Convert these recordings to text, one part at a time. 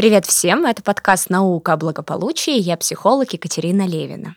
Привет всем! Это подкаст «Наука о благополучии». Я психолог Екатерина Левина.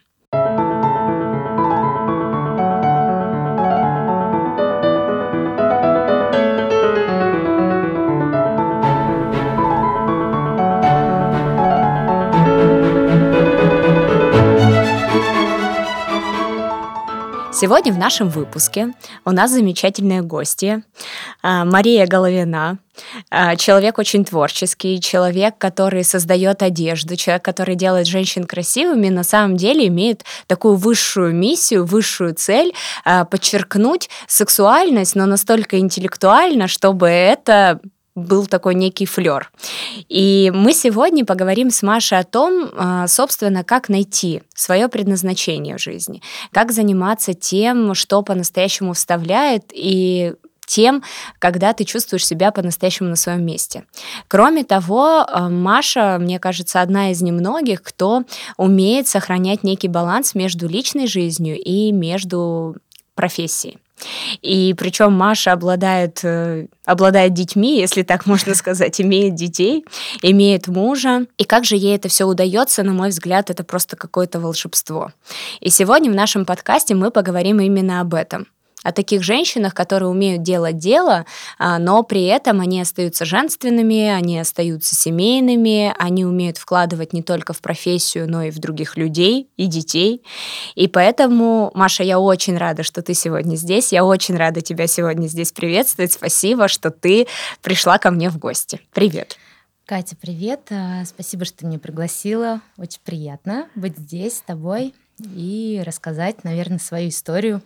Сегодня в нашем выпуске у нас замечательные гости. Мария Головина, человек очень творческий, человек, который создает одежду, человек, который делает женщин красивыми, на самом деле имеет такую высшую миссию, высшую цель подчеркнуть сексуальность, но настолько интеллектуально, чтобы это был такой некий флёр. И мы сегодня поговорим с Машей о том, собственно, как найти свое предназначение в жизни, как заниматься тем, что по-настоящему вставляет, и тем, когда ты чувствуешь себя по-настоящему на своем месте. Кроме того, Маша, мне кажется, одна из немногих, кто умеет сохранять некий баланс между личной жизнью и между профессией. И причем Маша обладает детьми, если так можно сказать, имеет детей, имеет мужа. И как же ей это все удается, на мой взгляд, это просто какое-то волшебство. И сегодня в нашем подкасте мы поговорим именно об этом. О таких женщинах, которые умеют делать дело, но при этом они остаются женственными, они остаются семейными, они умеют вкладывать не только в профессию, но и в других людей и детей. И поэтому, Маша, я очень рада, что ты сегодня здесь, я очень рада тебя сегодня здесь приветствовать. Спасибо, что ты пришла ко мне в гости. Привет. Катя, привет. Спасибо, что ты меня пригласила. Очень приятно быть здесь с тобой и рассказать, наверное, свою историю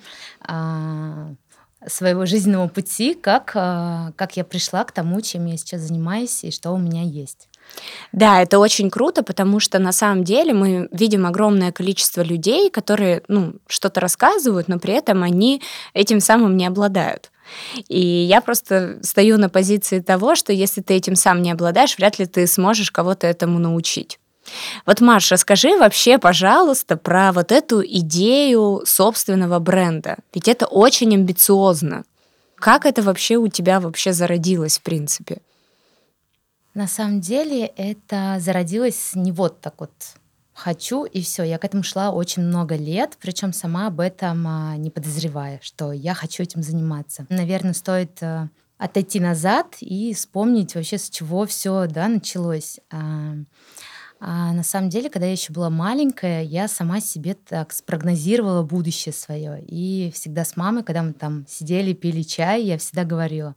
своего жизненного пути, как я пришла к тому, чем я сейчас занимаюсь и что у меня есть. Да, это очень круто, потому что на самом деле мы видим огромное количество людей, которые что-то рассказывают, но при этом они этим самым не обладают. И я просто стою на позиции того, что если ты этим сам не обладаешь, вряд ли ты сможешь кого-то этому научить. Вот, Маш, расскажи вообще, пожалуйста, про вот эту идею собственного бренда. Ведь это очень амбициозно. Как это вообще у тебя зародилось, в принципе? На самом деле это зародилось не вот так вот хочу, и все. Я к этому шла очень много лет, причем сама об этом не подозревая, что я хочу этим заниматься. Наверное, стоит отойти назад и вспомнить вообще, с чего все началось. На самом деле, когда я еще была маленькая, я сама себе так спрогнозировала будущее свое. И всегда с мамой, когда мы там сидели, пили чай, я всегда говорила,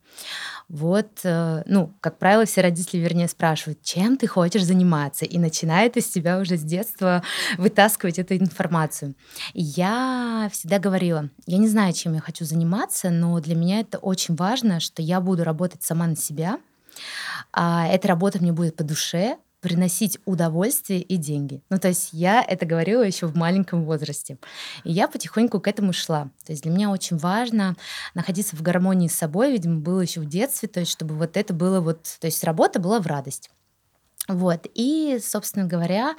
как правило, все родители, вернее, спрашивают, чем ты хочешь заниматься, и начинают из тебя уже с детства вытаскивать эту информацию. И я всегда говорила, я не знаю, чем я хочу заниматься, но для меня это очень важно, что я буду работать сама на себя, эта работа мне будет по душе, приносить удовольствие и деньги. То есть я это говорила еще в маленьком возрасте. И я потихоньку к этому шла. То есть для меня очень важно находиться в гармонии с собой, видимо, было еще в детстве, то есть чтобы вот это было то есть работа была в радость. И, собственно говоря,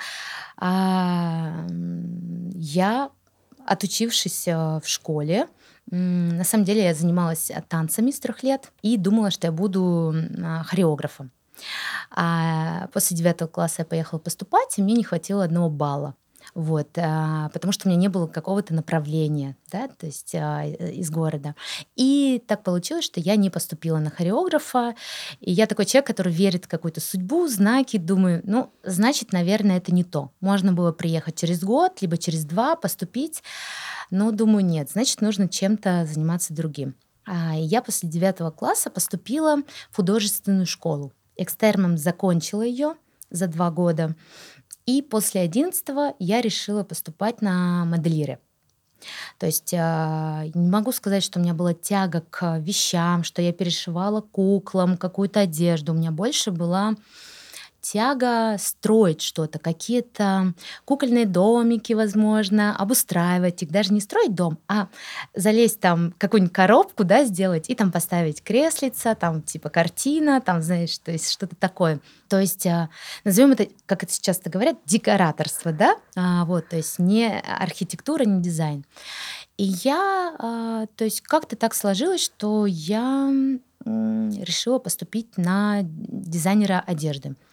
я, отучившись в школе, на самом деле я занималась танцами с 3 лет и думала, что я буду хореографом. После 9 класса я поехала поступать, и мне не хватило 1 балла. Потому что у меня не было какого-то направления, то есть из города. И так получилось, что я не поступила на хореографа. И я такой человек, который верит в какую-то судьбу, знаки. Думаю, значит, наверное, это не то. Можно было приехать через год, либо через 2 поступить. Но думаю, нет, значит, нужно чем-то заниматься другим. И я после 9 класса поступила в художественную школу. Экстерном закончила ее за 2 года. И после 11 я решила поступать на модельера. То есть не могу сказать, что у меня была тяга к вещам, что я перешивала куклам какую-то одежду. У меня больше была тяга строить что-то, какие-то кукольные домики, возможно, обустраивать их, даже не строить дом, а залезть там какую-нибудь коробку, сделать и там поставить креслица, там типа картина, там, знаешь, то есть что-то такое. То есть назовем это, как это сейчас говорят, декораторство, то есть не архитектура, не дизайн. И я, то есть как-то так сложилось, что я решила поступить на дизайнера одежды.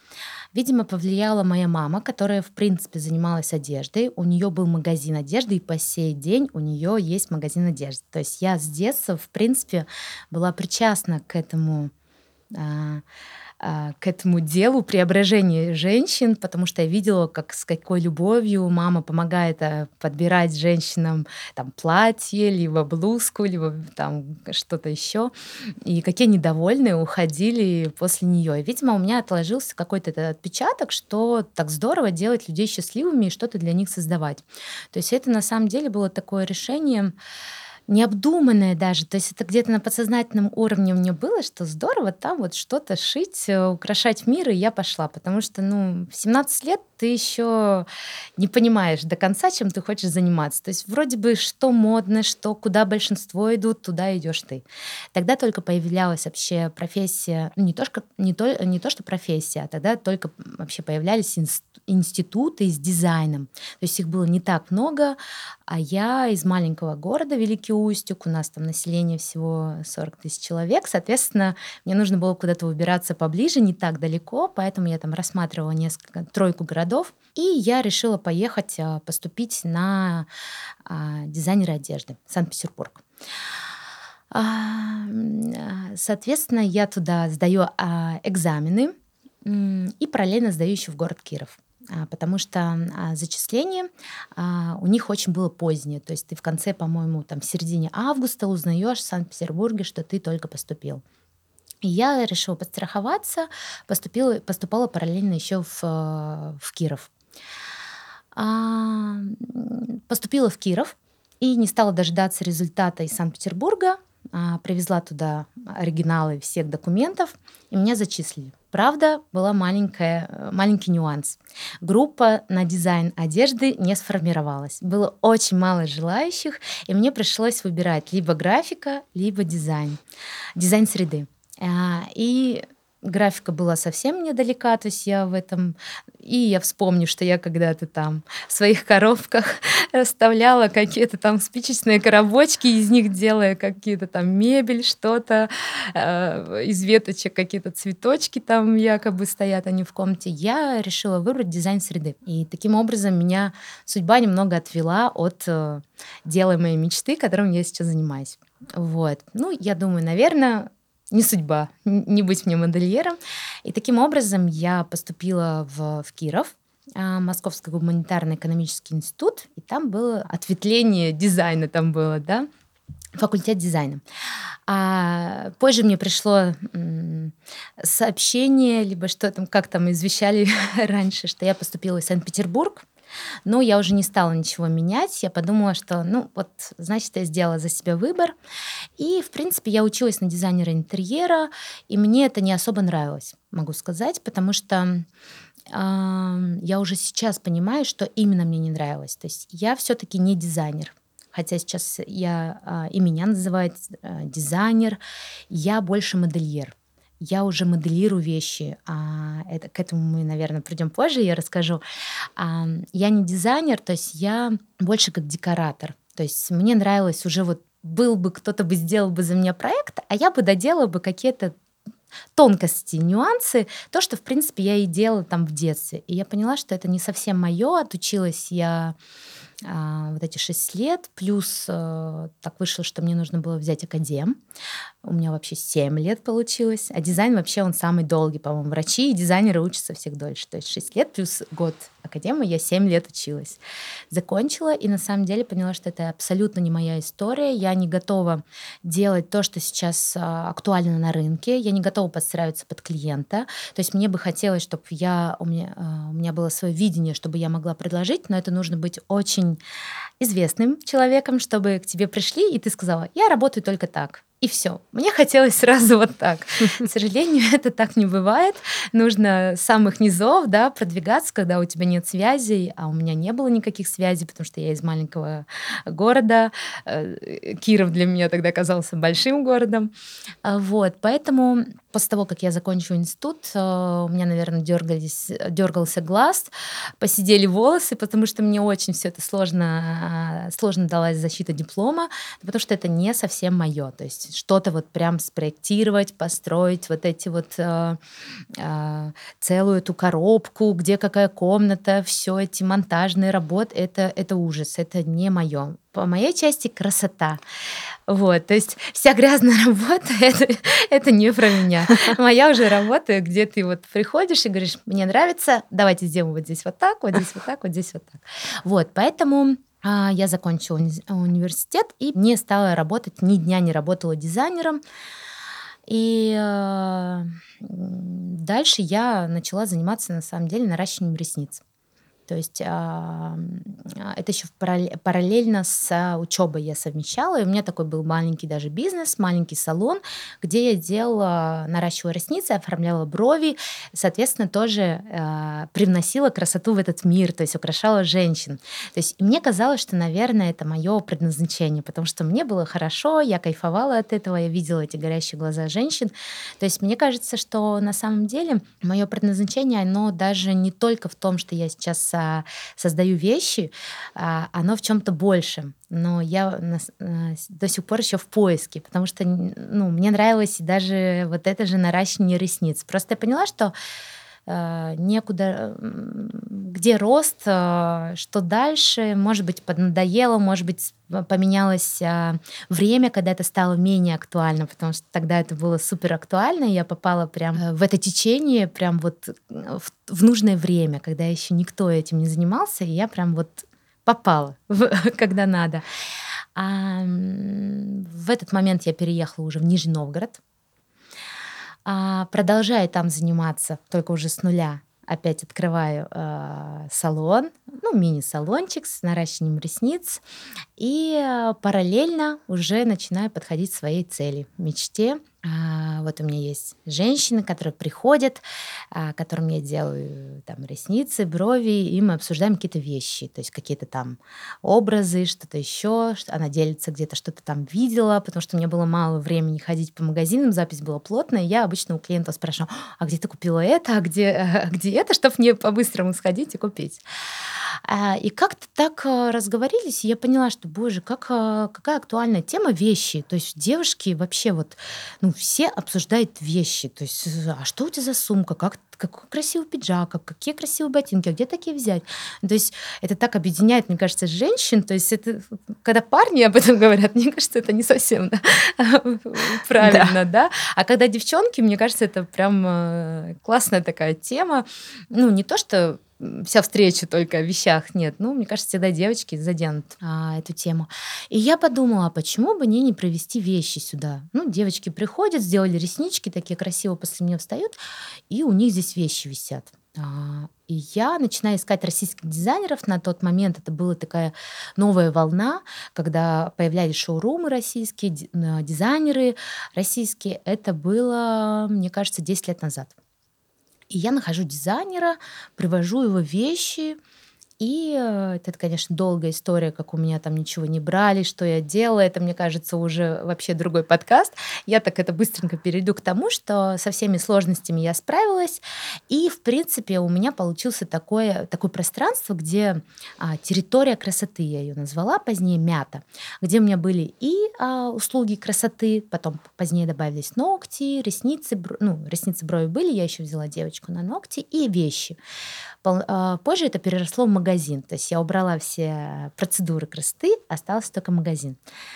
Видимо, повлияла моя мама, которая, в принципе, занималась одеждой. У нее был магазин одежды, и по сей день у нее есть магазин одежды. То есть я с детства, в принципе, была причастна а, к этому делу преображения женщин, потому что я видела, как с какой любовью мама помогает подбирать женщинам там платье, либо блузку, либо там что-то еще, и какие они довольные уходили после нее. И, видимо, у меня отложился какой-то этот отпечаток, что так здорово делать людей счастливыми и что-то для них создавать. То есть это на самом деле было такое решение, необдуманное даже. То есть это где-то на подсознательном уровне у меня было, что здорово там вот что-то шить, украшать мир, и я пошла. Потому что, в 17 лет ты еще не понимаешь до конца, чем ты хочешь заниматься. То есть вроде бы что модно, что куда большинство идут, туда идешь ты. Тогда только появлялась вообще профессия, не то, что профессия, а тогда только вообще появлялись институты с дизайном. То есть их было не так много, а я из маленького города Великий Устюг, у нас там население всего 40 тысяч человек, соответственно, мне нужно было куда-то выбираться поближе, не так далеко, поэтому я там рассматривала тройку городов, и я решила поехать поступить на дизайнера одежды в Санкт-Петербург. Соответственно, я туда сдаю экзамены и параллельно сдаю еще в город Киров. Потому что зачисление у них очень было позднее. То есть ты в конце, по-моему, там в середине августа узнаешь в Санкт-Петербурге, что ты только поступил. И я решила подстраховаться, поступала параллельно еще в Киров. Поступила в Киров и не стала дожидаться результата из Санкт-Петербурга, привезла туда оригиналы всех документов, и меня зачислили. Правда, была маленький нюанс. Группа на дизайн одежды не сформировалась. Было очень мало желающих, и мне пришлось выбирать либо графика, либо дизайн среды. И графика была совсем недалека, то есть я в этом... И я вспомню, что я когда-то там в своих коробках расставляла какие-то там спичечные коробочки, из них делая какие-то там мебель, что-то, из веточек какие-то цветочки там якобы стоят они в комнате. Я решила выбрать дизайн среды. И таким образом меня судьба немного отвела от дела моей мечты, которым я сейчас занимаюсь. Вот. Я думаю, наверное, не судьба, не быть мне модельером. И таким образом я поступила в Киров, Московский гуманитарный экономический институт, и там было ответвление дизайна, там было, да, факультет дизайна. А позже мне пришло сообщение, либо что там, как там извещали раньше, что я поступила в Санкт-Петербург, но я уже не стала ничего менять. Я подумала, что, значит, я сделала за себя выбор. И, в принципе, я училась на дизайнера интерьера, и мне это не особо нравилось, могу сказать, потому что я уже сейчас понимаю, что именно мне не нравилось. То есть я все-таки не дизайнер. Хотя сейчас и меня называют дизайнер, я больше модельер. Я уже моделирую вещи. К этому мы, наверное, придем позже, я расскажу. Я не дизайнер, то есть я больше как декоратор. То есть мне нравилось уже был бы кто-то бы сделал бы за меня проект, а я бы доделала бы какие-то тонкости, нюансы, то, что, в принципе, я и делала там в детстве. И я поняла, что это не совсем мое. Отучилась я вот эти 6 лет, плюс так вышло, что мне нужно было взять академ. У меня вообще 7 лет получилось. А дизайн вообще он самый долгий, по-моему. Врачи и дизайнеры учатся всех дольше. То есть 6 лет плюс год академии, я 7 лет училась. Закончила и на самом деле поняла, что это абсолютно не моя история. Я не готова делать то, что сейчас актуально на рынке. Я не готова подстраиваться под клиента. То есть мне бы хотелось, чтобы у меня было свое видение, чтобы я могла предложить, но это нужно быть очень известным человеком, чтобы к тебе пришли, и ты сказала: я работаю только так. И все. Мне хотелось сразу вот так. К сожалению, это так не бывает. Нужно с самых низов, да, продвигаться, когда у тебя нет связей, а у меня не было никаких связей, потому что я из маленького города. Киров для меня тогда казался большим городом. Вот, поэтому После того, как я закончила институт, у меня, наверное, дергался глаз, посидели волосы, потому что мне очень все это сложно далась защита диплома, потому что это не совсем мое. То есть что-то вот прям спроектировать, построить вот эти вот целую эту коробку, где какая комната, все эти монтажные работы, это ужас, это не мое. По моей части красота. Вот, то есть вся грязная работа это не про меня. Моя уже работа, где ты вот приходишь и говоришь, мне нравится, давайте сделаем вот здесь вот так, вот здесь вот так, вот здесь вот так. Вот, поэтому я закончила университет и не стала работать, ни дня не работала дизайнером. И дальше я начала заниматься, на самом деле, наращиванием ресниц. То есть это еще параллельно с учебой я совмещала. И у меня такой был маленький даже бизнес, маленький салон, где я делала, наращивала ресницы, оформляла брови, соответственно, тоже привносила красоту в этот мир, то есть украшала женщин. То есть мне казалось, что, наверное, это мое предназначение, потому что мне было хорошо, я кайфовала от этого, я видела эти горящие глаза женщин. То есть мне кажется, что на самом деле мое предназначение, оно даже не только в том, что я сейчас создаю вещи, оно в чем-то большем. Но я до сих пор еще в поиске, потому что мне нравилось даже вот это же наращивание ресниц. Просто я поняла, что некуда, где рост, что дальше, может быть, поднадоело, может быть, поменялось время, когда это стало менее актуально, потому что тогда это было супер актуально, и я попала прям в это течение, прям вот в нужное время, когда еще никто этим не занимался, и я прям вот попала, когда надо. В этот момент я переехала уже в Нижний Новгород, продолжаю там заниматься, только уже с нуля. Опять открываю салон, мини-салончик с наращиванием ресниц. И параллельно уже начинаю подходить к своей цели, мечте. Вот у меня есть женщины, которые приходят, которым я делаю там ресницы, брови, и мы обсуждаем какие-то вещи, то есть какие-то там образы, что-то еще. Она делится где-то, что-то там видела, потому что мне было мало времени ходить по магазинам, запись была плотная. Я обычно у клиентов спрашиваю, а где ты купила это, а где это, чтобы мне по-быстрому сходить и купить. И как-то так разговорились, и я поняла, что, боже, какая актуальная тема вещи. То есть девушки вообще вот, все обсуждают вещи. То есть, а что у тебя за сумка, какой красивый пиджак, какие красивые ботинки, а где такие взять? То есть это так объединяет, мне кажется, женщин. То есть это, когда парни об этом говорят, мне кажется, это не совсем правильно, да? А когда девчонки, мне кажется, это прям классная такая тема. Не то, что вся встреча только о вещах, нет. Мне кажется, всегда девочки заденут эту тему. И я подумала, почему бы мне не провести вещи сюда? Девочки приходят, сделали реснички, такие красиво после меня встают, и у них здесь вещи висят. И я начинаю искать российских дизайнеров. На тот момент это была такая новая волна, когда появлялись шоурумы российские, дизайнеры российские. Это было, мне кажется, 10 лет назад. И я нахожу дизайнера, привожу его вещи, и это, конечно, долгая история, как у меня там ничего не брали, что я делала. Это, мне кажется, уже вообще другой подкаст. Я так это быстренько перейду к тому, что со всеми сложностями я справилась. И, в принципе, у меня получилось такое пространство, где территория красоты, я ее назвала позднее, мята, где у меня были и услуги красоты, потом позднее добавились ногти, ресницы, ресницы, брови были, я еще взяла девочку на ногти, и вещи. Позже это переросло в магазин. То есть я убрала все процедуры красоты, остался только магазин.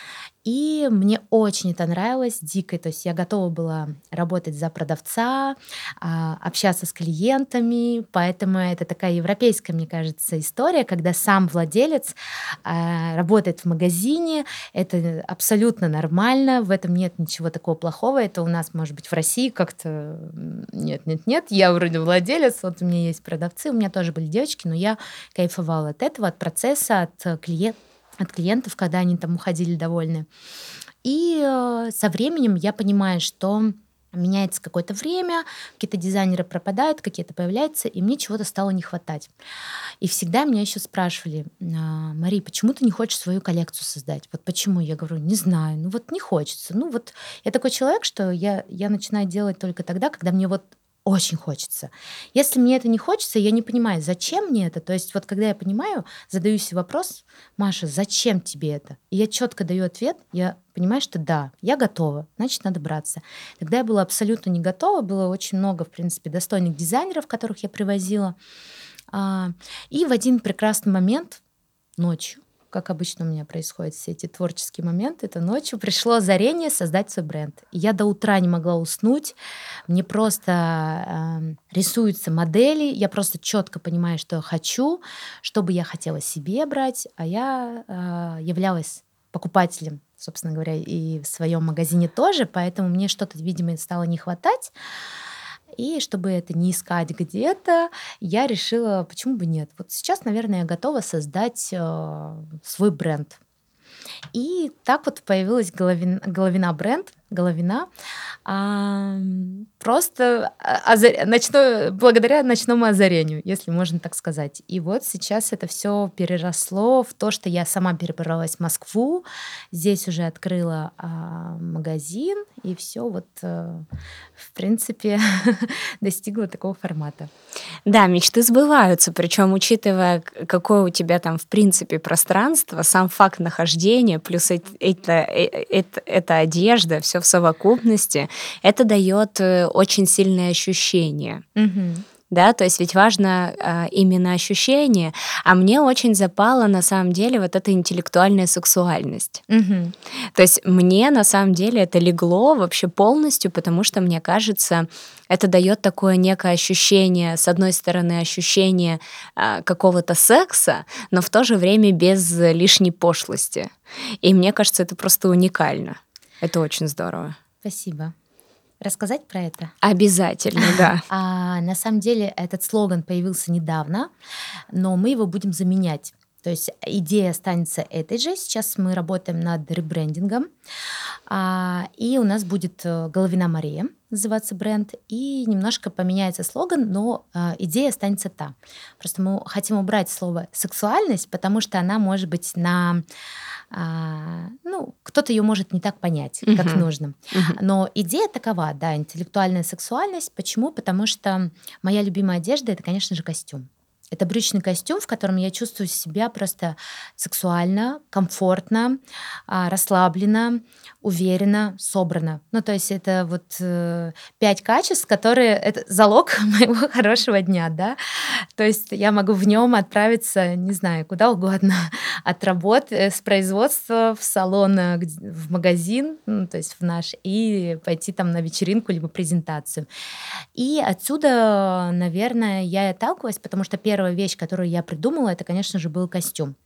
И мне очень это нравилось, дико. То есть я готова была работать за продавца, общаться с клиентами. Поэтому это такая европейская, мне кажется, история, когда сам владелец работает в магазине. Это абсолютно нормально, в этом нет ничего такого плохого. Это у нас, может быть, в России как-то нет. Я вроде владелец, вот у меня есть продавцы, у меня тоже были девочки, но я кайфовала от этого, от процесса, от клиентов, когда они там уходили довольны. И со временем я понимаю, что меняется какое-то время, какие-то дизайнеры пропадают, какие-то появляются, и мне чего-то стало не хватать. И всегда меня еще спрашивали: Мари, почему ты не хочешь свою коллекцию создать? Вот почему? Я говорю, не знаю, ну вот не хочется. Ну вот я такой человек, что я начинаю делать только тогда, когда мне вот очень хочется. Если мне это не хочется, я не понимаю, зачем мне это. То есть вот когда я понимаю, задаю себе вопрос: Маша, зачем тебе это? И я четко даю ответ, я понимаю, что да, я готова, значит, надо браться. Тогда я была абсолютно не готова, было очень много, в принципе, достойных дизайнеров, которых я привозила. И в один прекрасный момент ночью, как обычно у меня происходят все эти творческие моменты, это ночью пришло озарение создать свой бренд. И я до утра не могла уснуть, мне просто рисуются модели, я просто четко понимаю, что я хочу, что бы я хотела себе брать, а я являлась покупателем, собственно говоря, и в своем магазине тоже, поэтому мне что-то, видимо, стало не хватать. И чтобы это не искать где-то, я решила, почему бы нет. Вот сейчас, наверное, я готова создать свой бренд. И так вот появилась Головина бренд, Головина. Просто благодаря ночному озарению, если можно так сказать. И вот сейчас это все переросло в то, что я сама перебралась в Москву, здесь уже открыла магазин, и все вот, в принципе, достигла такого формата. Да, мечты сбываются, причем учитывая, какое у тебя там в принципе пространство, сам факт нахождения, плюс эта одежда, все в совокупности, это дает очень сильные ощущения. Мгм. Да, то есть ведь важно именно ощущение, а мне очень запала на самом деле вот эта интеллектуальная сексуальность. Мгм. То есть мне на самом деле это легло вообще полностью, потому что, мне кажется, это дает такое некое ощущение, с одной стороны, ощущение какого-то секса, но в то же время без лишней пошлости. И мне кажется, это просто уникально. Это очень здорово. Спасибо. Рассказать про это? Обязательно, да. На самом деле этот слоган появился недавно, но мы его будем заменять. То есть идея останется этой же. Сейчас мы работаем над ребрендингом. И у нас будет Головина Мария называться бренд. И немножко поменяется слоган, но идея останется та. Просто мы хотим убрать слово «сексуальность», потому что она может быть кто-то ее может не так понять, как Мгм. нужно. Мгм. Но идея такова, да, интеллектуальная сексуальность. Почему? Потому что моя любимая одежда — это, конечно же, костюм. Это брючный костюм, в котором я чувствую себя просто сексуально, комфортно, расслабленно, уверенно, собрано. Ну, то есть это вот 5 качеств, которые — это залог моего хорошего дня, да. То есть я могу в нем отправиться, не знаю, куда угодно, от работы, с производства в салон, в магазин, ну, то есть в наш, и пойти там на вечеринку либо презентацию. И отсюда, наверное, я и отталкиваюсь, потому что первая вещь, которую я придумала, это, конечно же, был костюм.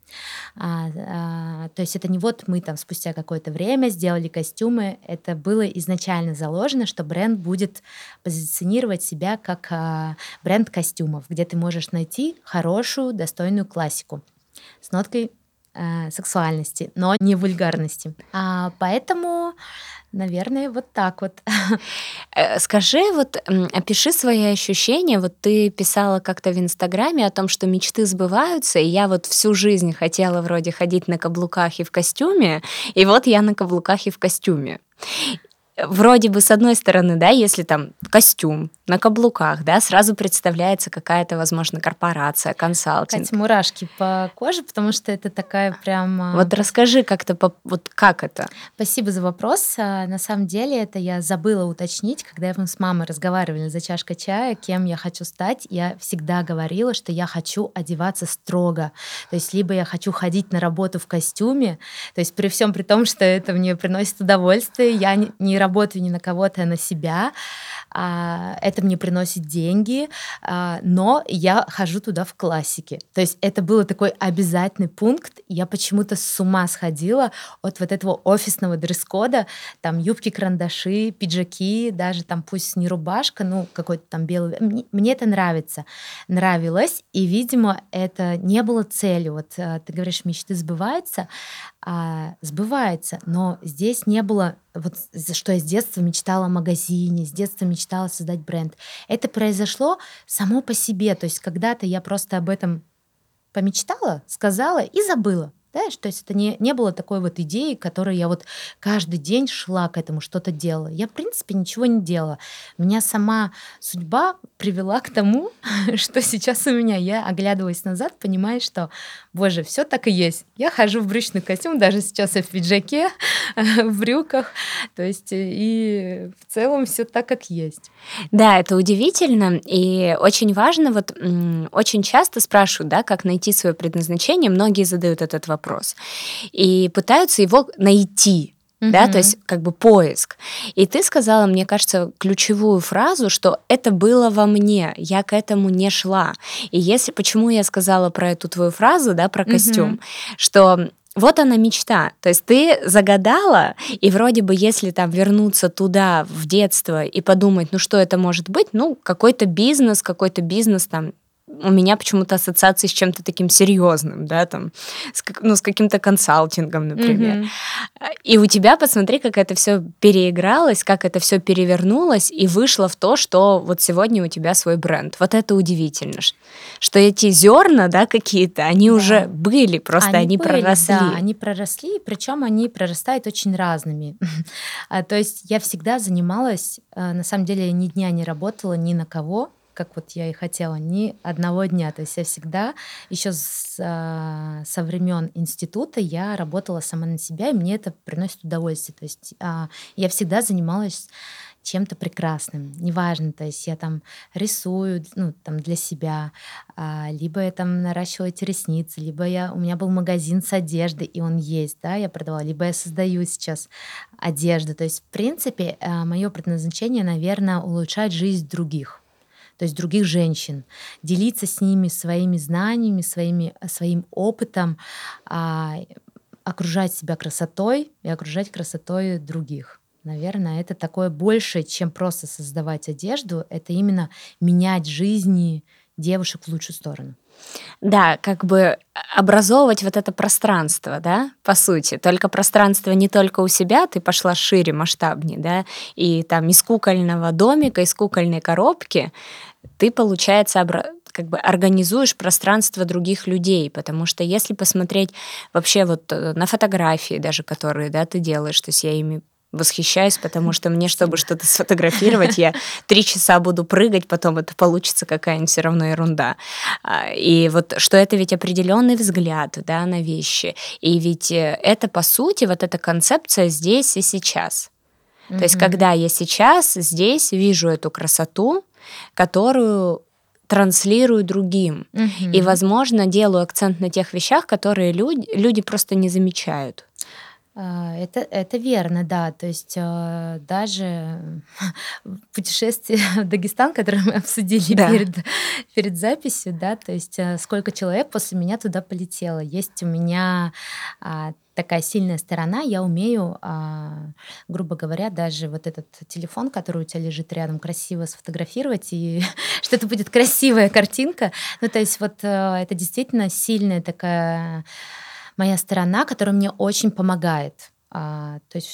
То есть это не вот мы там спустя какое-то время сделали костюмы, это было изначально заложено, что бренд будет позиционировать себя как бренд костюмов, где ты можешь найти хорошую, достойную классику с ноткой сексуальности, но не вульгарности. Поэтому, наверное, вот так вот. Скажи, опиши свои ощущения. Вот ты писала как-то в Инстаграме о том, что мечты сбываются, и я вот всю жизнь хотела вроде ходить на каблуках и в костюме, и вот я на каблуках и в костюме. Вроде бы, с одной стороны, да, если там костюм на каблуках, да, сразу представляется какая-то, возможно, корпорация, консалтинг. Катя, мурашки по коже, потому что это такая прям... Вот расскажи как-то, вот как это? Спасибо за вопрос. На самом деле это я забыла уточнить, когда мы с мамой разговаривали за чашкой чая, кем я хочу стать. Я всегда говорила, что я хочу одеваться строго. То есть либо я хочу ходить на работу в костюме, то есть при всем при том, что это мне приносит удовольствие, я не работаю ни на кого-то, а на себя. Это мне приносит деньги, но я хожу туда в классике. То есть это был такой обязательный пункт. Я почему-то с ума сходила от вот этого офисного дресс-кода, там юбки-карандаши, пиджаки, даже там пусть не рубашка, ну какой-то там белый. Мне это нравилось, и, видимо, это не было целью. Вот ты говоришь, мечты сбываются, сбывается, но здесь не было, вот что я я с детства мечтала о магазине, с детства мечтала создать бренд. Это произошло само по себе. То есть когда-то я просто об этом помечтала, сказала и забыла. Знаешь, то есть это не было такой вот идеи, которой я вот каждый день шла к этому, что-то делала. Я, в принципе, ничего не делала. Меня сама судьба привела к тому, что сейчас у меня. Я, оглядываясь назад, понимаю, что, боже, все так и есть. Я хожу в брючный костюм, даже сейчас я в пиджаке, в брюках. То есть и в целом все так, как есть. Да, это удивительно, и очень важно, вот очень часто спрашивают, да, как найти свое предназначение, многие задают этот вопрос и пытаются его найти, да, то Мгм. есть как бы поиск. И ты сказала, мне кажется, ключевую фразу, что это было во мне, я к этому не шла. И если, почему я сказала про эту твою фразу, да, про Мгм. костюм, что вот она мечта. То есть ты загадала, и вроде бы, если там вернуться туда, в детство, и подумать, ну что это может быть, ну какой-то бизнес там, у меня почему-то ассоциации с чем-то таким серьезным, да, там, с каким-то консалтингом, например. Мгм. И у тебя, посмотри, как это все переигралось, как это все перевернулось и вышло в то, что вот сегодня у тебя свой бренд. Вот это удивительно, что эти зерна, да, какие-то, они уже Да. были, просто Они они были, да, проросли. они проросли, причем они прорастают очень разными. То есть я всегда занималась, на самом деле я ни дня не работала ни на кого, как вот я и хотела, ни одного дня. То есть я всегда, еще со времен института, я работала сама на себя, и мне это приносит удовольствие. То есть я всегда занималась чем-то прекрасным, неважно, то есть я там рисую, ну, там для себя, либо я там наращивала эти ресницы, либо у меня был магазин с одеждой, и он есть, да, я продавала, либо я создаю сейчас одежду. То есть, в принципе, мое предназначение, наверное, улучшать жизнь других, то есть других женщин, делиться с ними своими знаниями, своим опытом, а, окружать себя красотой и окружать красотой других. Наверное, это такое больше, чем просто создавать одежду. Это именно менять жизни девушек в лучшую сторону. Да, как бы образовывать вот это пространство, да, по сути. Только пространство не только у себя, ты пошла шире, масштабнее, да, и там из кукольного домика, из кукольной коробки ты, получается, как бы организуешь пространство других людей, потому что если посмотреть вообще вот на фотографии даже, которые, да, ты делаешь, то есть я ими восхищаюсь, потому что мне, чтобы Спасибо. что-то сфотографировать, я 3 часа буду прыгать, потом это получится какая-нибудь все равно ерунда. И вот что это ведь определенный взгляд, да, на вещи. И ведь это, по сути, вот эта концепция здесь и сейчас. То есть Мгм. когда я сейчас здесь вижу эту красоту, которую транслирую другим. И, Мгм. возможно, делаю акцент на тех вещах, которые люди просто не замечают. Это верно, да. То есть даже путешествие в Дагестан, которое мы обсудили Да. перед записью, да, то есть сколько человек после меня туда полетело. Есть у меня такая сильная сторона, я умею, грубо говоря, даже вот этот телефон, который у тебя лежит рядом, красиво сфотографировать, и что это будет красивая картинка. Ну, то есть вот это действительно сильная такая моя сторона, которая мне очень помогает. То есть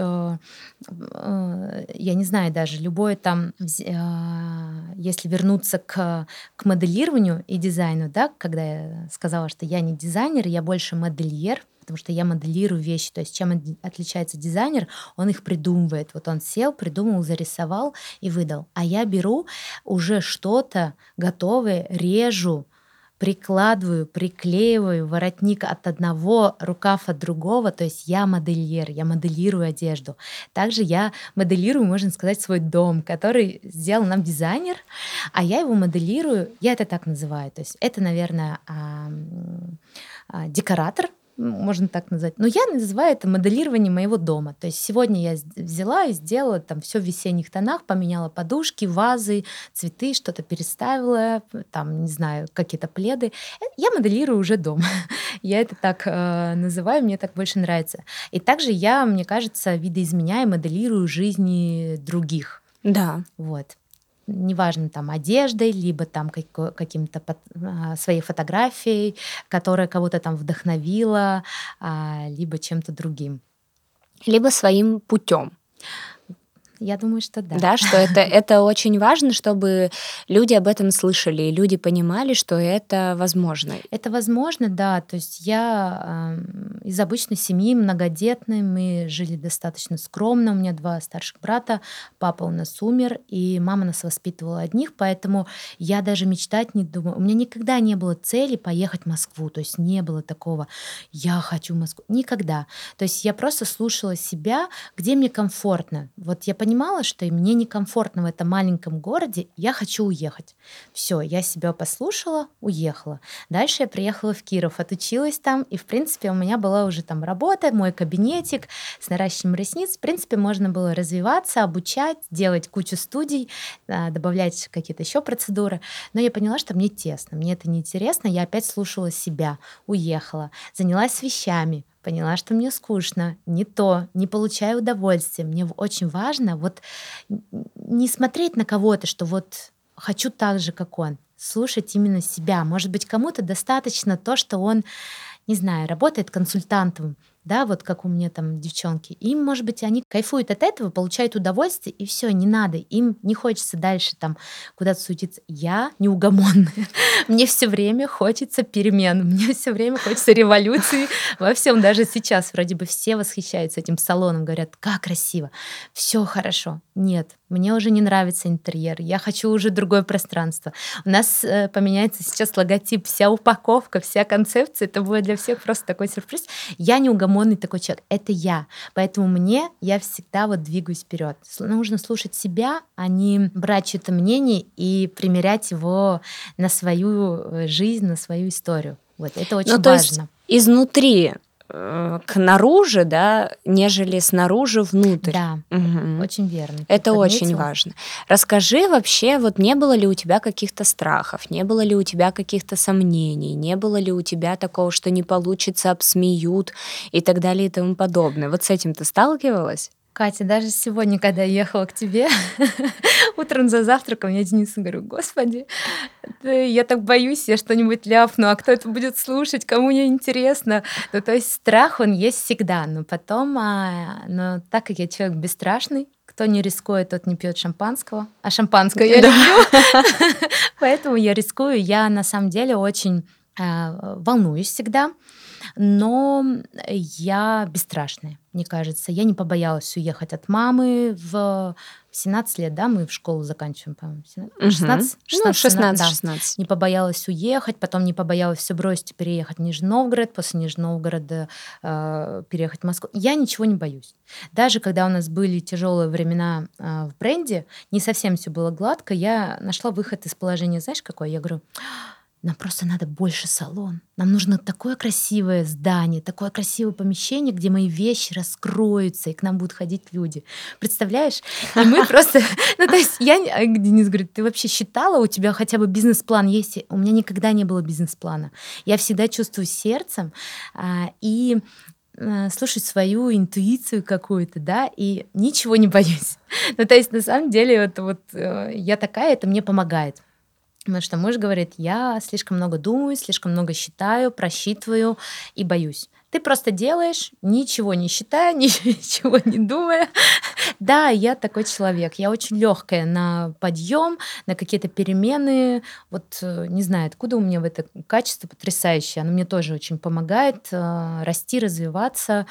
я не знаю даже, любое там, если вернуться к моделированию и дизайну, да, когда я сказала, что я не дизайнер, я больше модельер, потому что я моделирую вещи. То есть чем отличается дизайнер? Он их придумывает. Вот он сел, придумал, зарисовал и выдал. А я беру уже что-то готовое, режу, прикладываю, приклеиваю воротник от одного, рукав от другого, то есть я модельер, я моделирую одежду. Также я моделирую, можно сказать, свой дом, который сделал нам дизайнер, а я его моделирую, я это так называю, то есть это, наверное, декоратор, можно так назвать. Но я называю это моделирование моего дома. То есть сегодня я взяла и сделала там все в весенних тонах, поменяла подушки, вазы, цветы, что-то переставила, там, не знаю, какие-то пледы. Я моделирую уже дом. Я это так называю, мне так больше нравится. И также я, мне кажется, видоизменяю, моделирую жизни других. Да. Вот. Неважно, там, одеждой, либо там каким-то своей фотографией, которая кого-то там вдохновила, либо чем-то другим. Либо своим путем. Я думаю, что да. Да, что это очень важно, чтобы люди об этом слышали, и люди понимали, что это возможно. Это возможно, да. То есть я из обычной семьи, многодетной, мы жили достаточно скромно. У меня 2 старших брата, папа у нас умер, и мама нас воспитывала одних, поэтому я даже мечтать не думаю. У меня никогда не было цели поехать в Москву, то есть не было такого «я хочу в Москву». Никогда. То есть я просто слушала себя, где мне комфортно. Вот я понимала, что и мне некомфортно в этом маленьком городе, я хочу уехать. Все, я себя послушала, уехала. Дальше я приехала в Киров, отучилась там, и, в принципе, у меня была уже там работа, мой кабинетик с наращиванием ресниц. В принципе, можно было развиваться, обучать, делать кучу студий, добавлять какие-то еще процедуры. Но я поняла, что мне тесно, мне это неинтересно. Я опять слушала себя, уехала, занялась вещами, поняла, что мне скучно, не то, не получаю удовольствия. Мне очень важно вот не смотреть на кого-то, что вот хочу так же, как он. Слушать именно себя. Может быть, кому-то достаточно то, что он, не знаю, работает консультантом, да, вот как у меня там девчонки. Им, может быть, они кайфуют от этого, получают удовольствие, и все, не надо. Им не хочется дальше там куда-то суетиться. Я неугомонная. Мне все время хочется перемен, мне все время хочется революции во всем. Даже сейчас вроде бы все восхищаются этим салоном, говорят, как красиво, все хорошо. Нет, мне уже не нравится интерьер, я хочу уже другое пространство. У нас поменяется сейчас логотип, вся упаковка, вся концепция. Это будет для всех просто такой сюрприз. Я неугомонный такой человек, это я. Поэтому я всегда вот двигаюсь вперед. Нужно слушать себя, а не брать чье-то мнение и примерять его на свою жизнь, на свою историю. Вот это очень то есть важно. Изнутри к наружу, да, нежели снаружи внутрь. Да, Мгм. очень верно. ты Это очень подметила. важно. Расскажи вообще, вот не было ли у тебя каких-то страхов, не было ли у тебя каких-то сомнений, не было ли у тебя такого, что не получится, обсмеют и так далее и тому подобное? Вот с этим ты сталкивалась? Катя, даже сегодня, когда я ехала к тебе, утром за завтраком, я Денису говорю, господи, я так боюсь, я что-нибудь ляпну, а кто это будет слушать, кому не интересно. Ну, то есть страх, он есть всегда, но потом, но так как я человек бесстрашный, кто не рискует, тот не пьет шампанского, а шампанское я люблю, поэтому я рискую, я на самом деле очень волнуюсь всегда, но я бесстрашная, мне кажется. Я не побоялась уехать от мамы в 17 лет, да, мы в школу заканчиваем, по-моему, 16? Ну, 16, да. 16-16. Не побоялась уехать, потом не побоялась все бросить и переехать в Нижний Новгород, после Нижнего Новгорода переехать в Москву. Я ничего не боюсь. Даже когда у нас были тяжелые времена в бренде, не совсем все было гладко, я нашла выход из положения, знаешь, какой? Я говорю, нам просто надо больше салон. Нам нужно такое красивое здание, такое красивое помещение, где мои вещи раскроются, и к нам будут ходить люди. Представляешь? И мы просто... Ну, то есть Денис говорит, ты вообще считала, у тебя хотя бы бизнес-план есть? У меня никогда не было бизнес-плана. Я всегда чувствую сердцем и слушать свою интуицию какую-то, да, и ничего не боюсь. Ну, то есть, на самом деле, я такая, это мне помогает. Потому что муж говорит, я слишком много думаю, слишком много считаю, просчитываю и боюсь. Ты просто делаешь, ничего не считая, ничего не думая. Да, я такой человек. Я очень легкая на подъем, на какие-то перемены. Вот не знаю, откуда у меня это качество потрясающее. Оно мне тоже очень помогает расти, развиваться.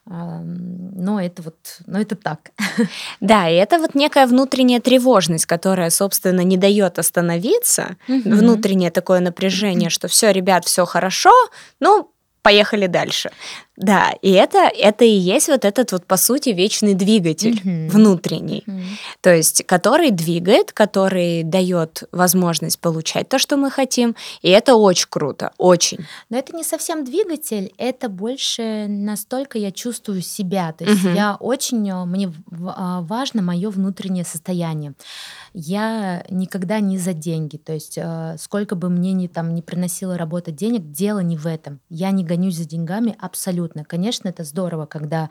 Но это так. Да, и это вот некая внутренняя тревожность, которая, собственно, не дает остановиться, внутреннее такое напряжение, что все, ребят, все хорошо, ну, поехали дальше. Да, и это и есть вот этот вот, по сути, вечный двигатель внутренний, то есть который двигает, который дает возможность получать то, что мы хотим, и это очень круто, очень. Но это не совсем двигатель, это больше настолько я чувствую себя, то есть мне важно мое внутреннее состояние. Я никогда не за деньги, то есть сколько бы мне не приносила работа денег, дело не в этом. Я не гонюсь за деньгами абсолютно. Конечно, это здорово, когда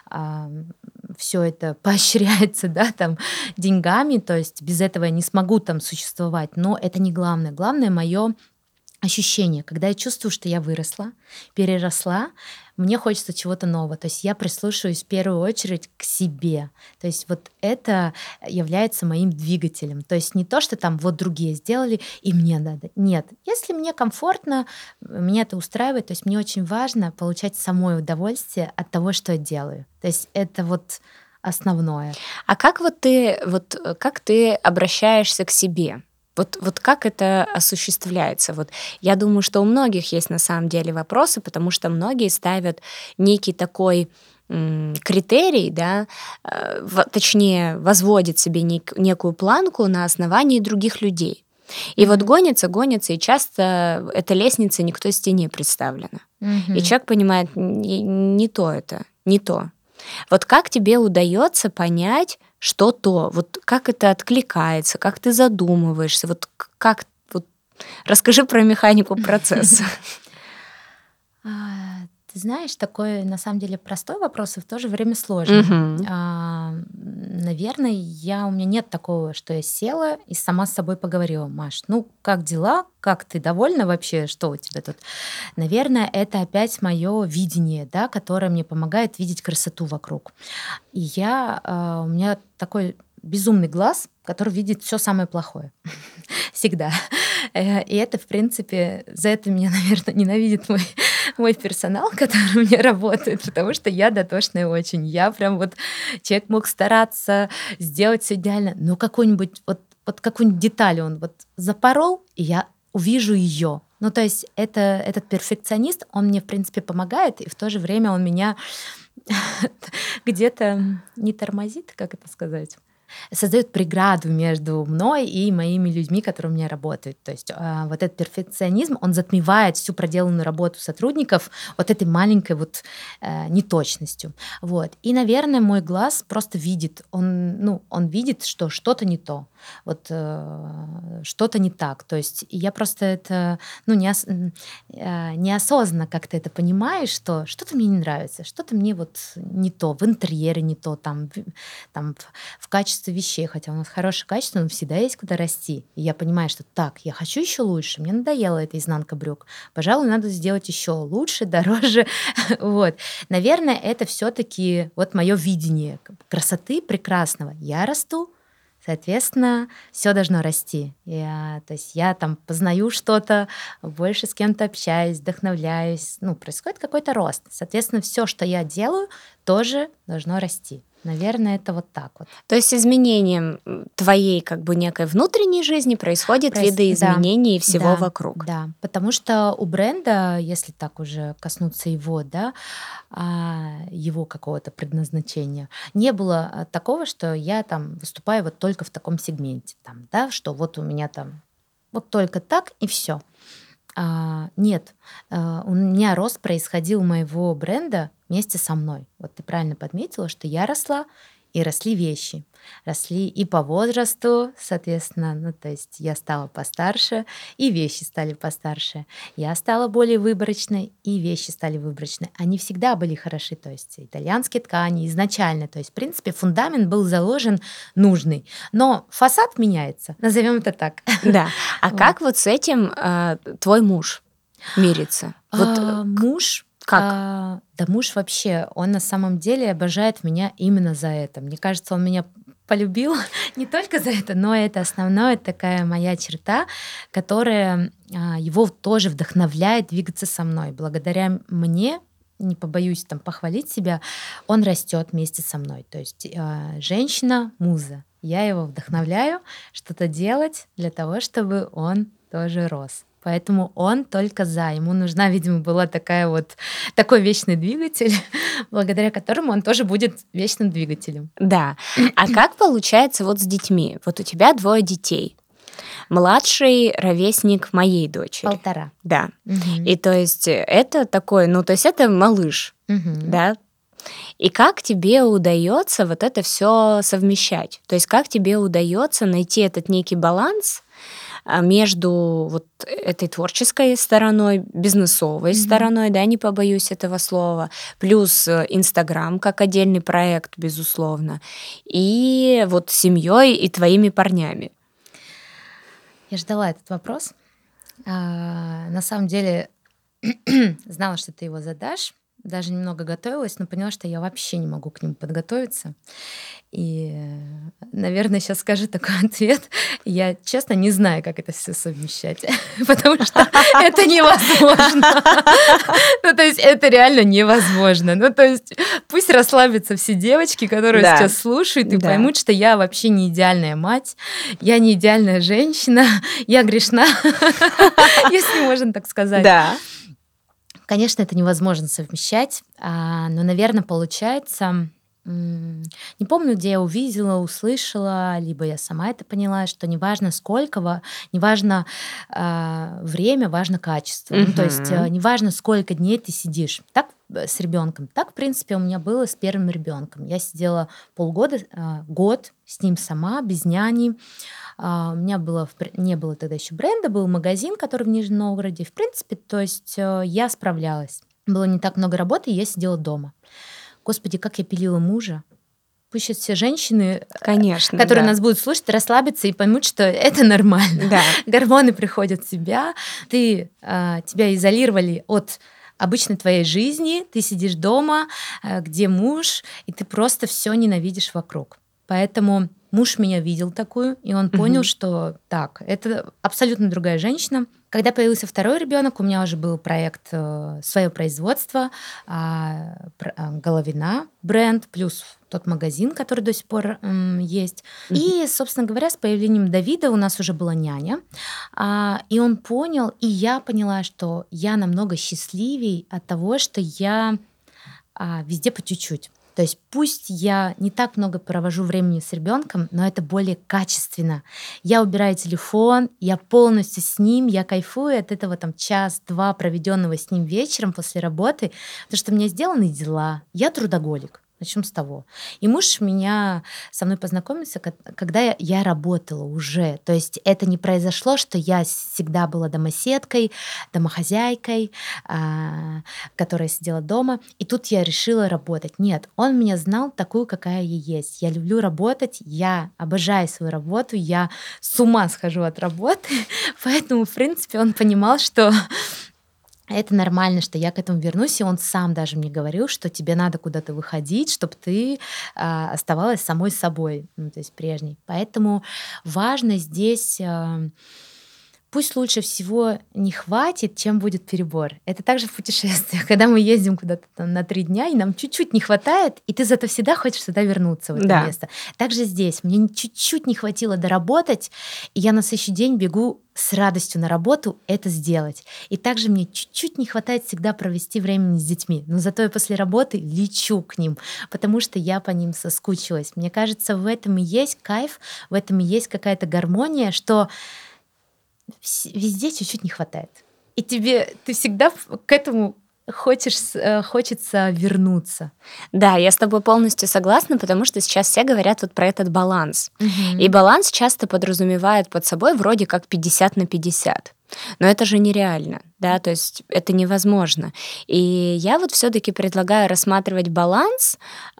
все это поощряется, да, деньгами, то есть без этого я не смогу существовать, но это не главное. Главное мое ощущение, когда я чувствую, что я выросла, переросла, мне хочется чего-то нового. То есть я прислушиваюсь в первую очередь к себе. То есть вот это является моим двигателем. То есть не то, что там вот другие сделали, и мне надо. Нет. Если мне комфортно, меня это устраивает. То есть мне очень важно получать самое удовольствие от того, что я делаю. То есть это вот основное. А как ты обращаешься к себе? Вот как это осуществляется? Вот я думаю, что у многих есть на самом деле вопросы, потому что многие ставят некий такой критерий, да, точнее, возводят себе некую планку на основании других людей. И вот гонится, и часто эта лестница не к той стене представлена. И человек понимает, не то это, не то. Вот как тебе удается понять, что то, вот как это откликается, как ты задумываешься, вот как, вот расскажи про механику процесса. Ты знаешь, такой на самом деле простой вопрос и в то же время сложный. Наверное, у меня нет такого, что я села и сама с собой поговорила: Маш, ну как дела, как ты довольна вообще, что у тебя тут? Наверное, это опять мое видение, да, которое мне помогает видеть красоту вокруг. И у меня такой безумный глаз, который видит все самое плохое. Всегда. И это, в принципе, за это меня, наверное, ненавидит мой персонал, который у меня работает, потому что я дотошная очень. Я прям вот... Человек мог стараться сделать все идеально, но какую-нибудь какую-нибудь деталь он вот запорол, и я увижу ее. Ну, то есть этот перфекционист, он мне, в принципе, помогает, и в то же время он меня где-то не тормозит, как это сказать, создает преграду между мной и моими людьми, которые у меня работают. То есть вот этот перфекционизм, он затмевает всю проделанную работу сотрудников вот этой маленькой вот неточностью. Вот. И, наверное, мой глаз просто видит, он видит, что что-то не то, вот что-то не так. То есть я просто это неосознанно как-то это понимаю, что что-то мне не нравится, что-то мне вот не то, в интерьере не то, там в качестве вещей, хотя у нас хорошее качество, но всегда есть куда расти. И я понимаю, что так, я хочу еще лучше, мне надоела эта изнанка брюк. Пожалуй, надо сделать еще лучше, дороже. Вот. Наверное, это все-таки вот мое видение красоты прекрасного. Я расту, соответственно, все должно расти. То есть я там познаю что-то, больше с кем-то общаюсь, вдохновляюсь. Происходит какой-то рост. Соответственно, все, что я делаю, тоже должно расти. Наверное, это вот так вот. То есть изменением твоей как бы некой внутренней жизни происходит видоизменение всего вокруг. Да, потому что у бренда, если так уже коснуться его, да, его какого-то предназначения, не было такого, что я там выступаю вот только в таком сегменте, там, да, что вот у меня там вот только так и все. Нет, у меня рост происходил моего бренда вместе со мной. Вот ты правильно подметила, что я росла, и росли вещи. Росли и по возрасту, соответственно, то есть я стала постарше, и вещи стали постарше. Я стала более выборочной, и вещи стали выборочной. Они всегда были хороши, то есть итальянские ткани изначально. То есть, в принципе, фундамент был заложен нужный. Но фасад меняется, назовем это так. Да. А как вот с этим твой муж мирится? Муж... Как? Да муж вообще, он на самом деле обожает меня именно за это. Мне кажется, он меня полюбил не только за это, но это основная такая моя черта, которая его тоже вдохновляет двигаться со мной. Благодаря мне, не побоюсь там похвалить себя, он растет вместе со мной. То есть женщина-муза. Я его вдохновляю что-то делать для того, чтобы он тоже рос. Поэтому он только за. Ему нужна, видимо, была такой вечный двигатель, благодаря которому он тоже будет вечным двигателем. Да. А как получается вот с детьми? Вот у тебя 2 детей. Младший ровесник моей дочери. 1,5. Да. И то есть это такой, то есть это малыш, да? И как тебе удается вот это все совмещать? То есть как тебе удается найти этот некий баланс между вот этой творческой стороной, бизнесовой стороной, да, не побоюсь этого слова, плюс Инстаграм как отдельный проект, безусловно, и вот семьей и твоими парнями? Я ждала этот вопрос. На самом деле знала, что ты его задашь, даже немного готовилась, но поняла, что я вообще не могу к нему подготовиться. И, наверное, сейчас скажу такой ответ. Я, честно, не знаю, как это все совмещать, потому что это невозможно. Ну, то есть это реально невозможно. Ну, то есть пусть расслабятся все девочки, которые сейчас слушают, и поймут, что я вообще не идеальная мать, я не идеальная женщина, я грешна, если можно так сказать. Да. Конечно, это невозможно совмещать, но, наверное, получается... Не помню, где я увидела, услышала, либо я сама это поняла, что неважно сколько, неважно время, важно качество. Ну, то есть неважно, сколько дней ты сидишь. Так с ребенком. Так, в принципе, у меня было с первым ребенком. Я сидела полгода, год с ним сама, без няни. У меня не было тогда еще бренда, был магазин, который в Нижнем Новгороде. В принципе, то есть я справлялась. Было не так много работы, и я сидела дома. Господи, как я пилила мужа. Пусть сейчас все женщины, конечно, которые нас будут слушать, расслабятся и поймут, что это нормально. Да. Гормоны приходят в себя, тебя изолировали от обычной твоей жизни, ты сидишь дома, где муж, и ты просто все ненавидишь вокруг. Поэтому муж меня видел такую, и он понял, что так, это абсолютно другая женщина. Когда появился второй ребенок, у меня уже был проект, свое производство, Головина бренд, плюс тот магазин, который до сих пор есть. И, собственно говоря, с появлением Давида у нас уже была няня, и он понял, и я поняла, что я намного счастливей от того, что я везде по чуть-чуть. То есть пусть я не так много провожу времени с ребенком, но это более качественно. Я убираю телефон, я полностью с ним, я кайфую от этого час-два, проведенного с ним вечером после работы, потому что у меня сделаны дела, я трудоголик. Начнем с того. И муж со мной познакомился, когда я работала уже. То есть это не произошло, что я всегда была домоседкой, домохозяйкой, которая сидела дома, и тут я решила работать. Нет, он меня знал такую, какая я есть. Я люблю работать, я обожаю свою работу, я с ума схожу от работы, поэтому, в принципе, он понимал, что это нормально, что я к этому вернусь, и он сам даже мне говорил, что тебе надо куда-то выходить, чтобы ты оставалась самой собой, ну, то есть прежней. Поэтому важно здесь... Пусть лучше всего не хватит, чем будет перебор. Это также в путешествиях, когда мы ездим куда-то на 3 дня, и нам чуть-чуть не хватает, и ты зато всегда хочешь сюда вернуться, в это место. Также здесь. Мне чуть-чуть не хватило доработать, и я на следующий день бегу с радостью на работу это сделать. И также мне чуть-чуть не хватает всегда провести времени с детьми. Но зато я после работы лечу к ним, потому что я по ним соскучилась. Мне кажется, в этом и есть кайф, в этом и есть какая-то гармония, что везде чуть-чуть не хватает. И ты всегда к этому хочется вернуться. Да, я с тобой полностью согласна, потому что сейчас все говорят вот про этот баланс. И баланс часто подразумевает под собой вроде как 50/50. Но это же нереально, да, то есть это невозможно. И я вот все-таки предлагаю рассматривать баланс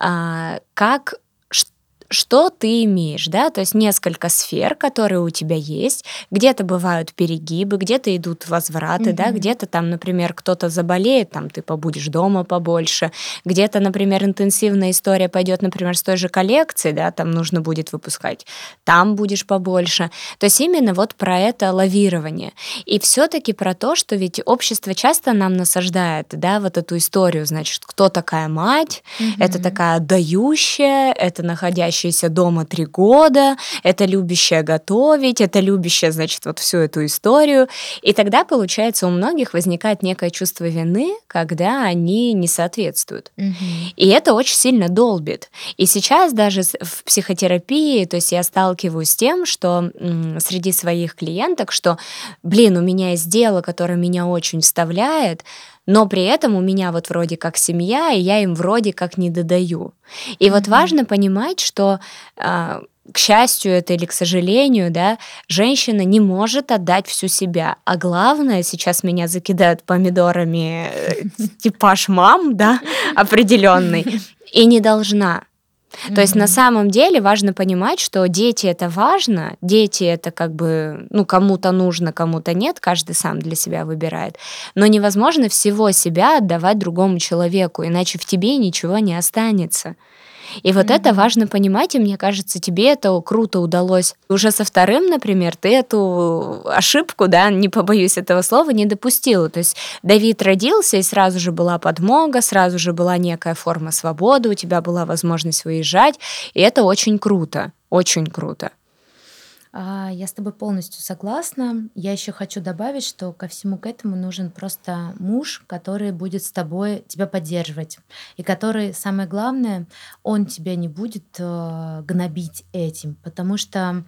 как что ты имеешь, да, то есть несколько сфер, которые у тебя есть, где-то бывают перегибы, где-то идут возвраты, да, где-то там, например, кто-то заболеет, там ты побудешь дома побольше, где-то, например, интенсивная история пойдет, например, с той же коллекцией, да, там нужно будет выпускать, там будешь побольше. То есть именно вот про это лавирование. И все-таки про то, что ведь общество часто нам насаждает, да, вот эту историю, значит, кто такая мать, это такая отдающая, это находящаяся дома 3 года, это любящая готовить, это любящая, значит, вот всю эту историю. И тогда, получается, у многих возникает некое чувство вины, когда они не соответствуют. И это очень сильно долбит. И сейчас даже в психотерапии, то есть я сталкиваюсь с тем, что среди своих клиенток, что, у меня есть дело, которое меня очень вставляет, но при этом у меня вот вроде как семья, и я им вроде как не додаю. И вот важно понимать, что, к счастью это или к сожалению, да, женщина не может отдать всю себя. А главное, сейчас меня закидают помидорами типаж мам, да, определенный, и не должна. То есть на самом деле важно понимать, что дети это важно, дети это как бы, кому-то нужно, кому-то нет, каждый сам для себя выбирает. Но невозможно всего себя отдавать другому человеку, иначе в тебе ничего не останется. И вот это важно понимать, и мне кажется, тебе это круто удалось. Уже со вторым, например, ты эту ошибку, да, не побоюсь этого слова, не допустила. То есть Давид родился, и сразу же была подмога, сразу же была некая форма свободы, у тебя была возможность выезжать, и это очень круто, очень круто. Я с тобой полностью согласна. Я еще хочу добавить, что ко всему к этому нужен просто муж, который будет с тобой тебя поддерживать. И который, самое главное, он тебя не будет гнобить этим. Потому что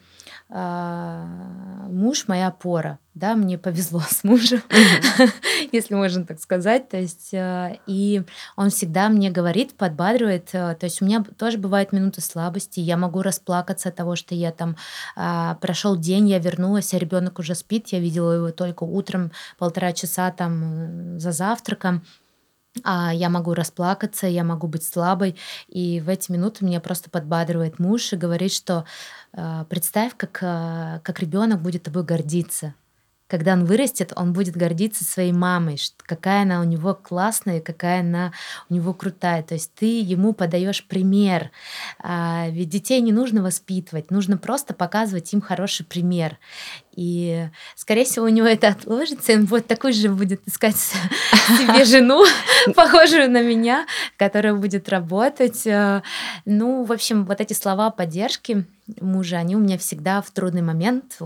муж моя опора. Да, мне повезло с мужем, если можно так сказать. То есть, и он всегда мне говорит, подбадривает. То есть у меня тоже бывают минуты слабости. Я могу расплакаться от того, что я там прошел день, я вернулась, а ребенок уже спит. Я видела его только утром 1,5 часа там за завтраком. Я могу расплакаться, я могу быть слабой. И в эти минуты меня просто подбадривает муж и говорит, что представь, как ребенок будет тобой гордиться. Когда он вырастет, он будет гордиться своей мамой, какая она у него классная, какая она у него крутая. То есть ты ему подаешь пример. Ведь детей не нужно воспитывать, нужно просто показывать им хороший пример. И, скорее всего, у него это отложится, и он вот такой же будет искать себе жену, похожую на меня, которая будет работать. В общем, вот эти слова поддержки мужа, они у меня всегда в трудный момент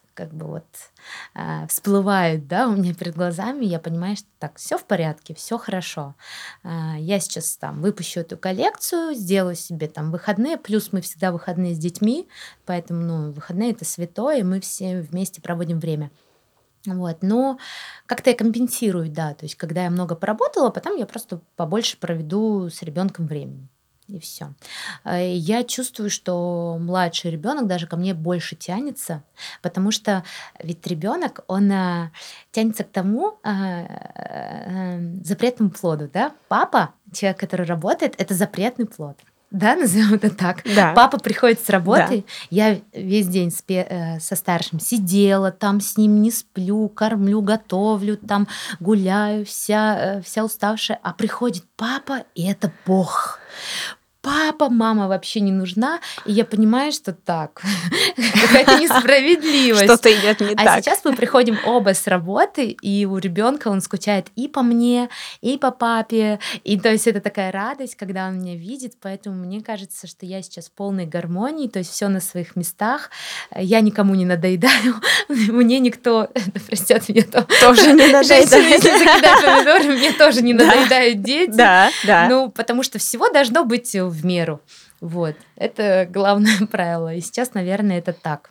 всплывают, да, у меня перед глазами, я понимаю, что так, все в порядке, все хорошо. Я сейчас там выпущу эту коллекцию, сделаю себе там выходные, плюс мы всегда выходные с детьми, поэтому, выходные — это святое, и мы все вместе проводим время. Но как-то я компенсирую, да, то есть когда я много поработала, потом я просто побольше проведу с ребенком времени. И все. Я чувствую, что младший ребенок даже ко мне больше тянется, потому что ведь ребенок, он тянется к тому запретному плоду, да? Папа, человек, который работает, это запретный плод. Да, назовем это так. Да. Папа приходит с работы, я весь день со старшим сидела, там с ним не сплю, кормлю, готовлю, там гуляю, вся уставшая, а приходит папа, и это Бог. Папа, мама вообще не нужна, и я понимаю, что так, какая-то несправедливость. Что-то идет не так. А сейчас мы приходим оба с работы, и у ребенка он скучает и по мне, и по папе, и то есть это такая радость, когда он меня видит, поэтому мне кажется, что я сейчас в полной гармонии, то есть все на своих местах, я никому не надоедаю, мне никто, простят меня, тоже не надоедает. Если закидать помидоры, мне тоже не надоедают дети. Да. Потому что всего должно быть в меру. Вот. Это главное правило. И сейчас, наверное, это так.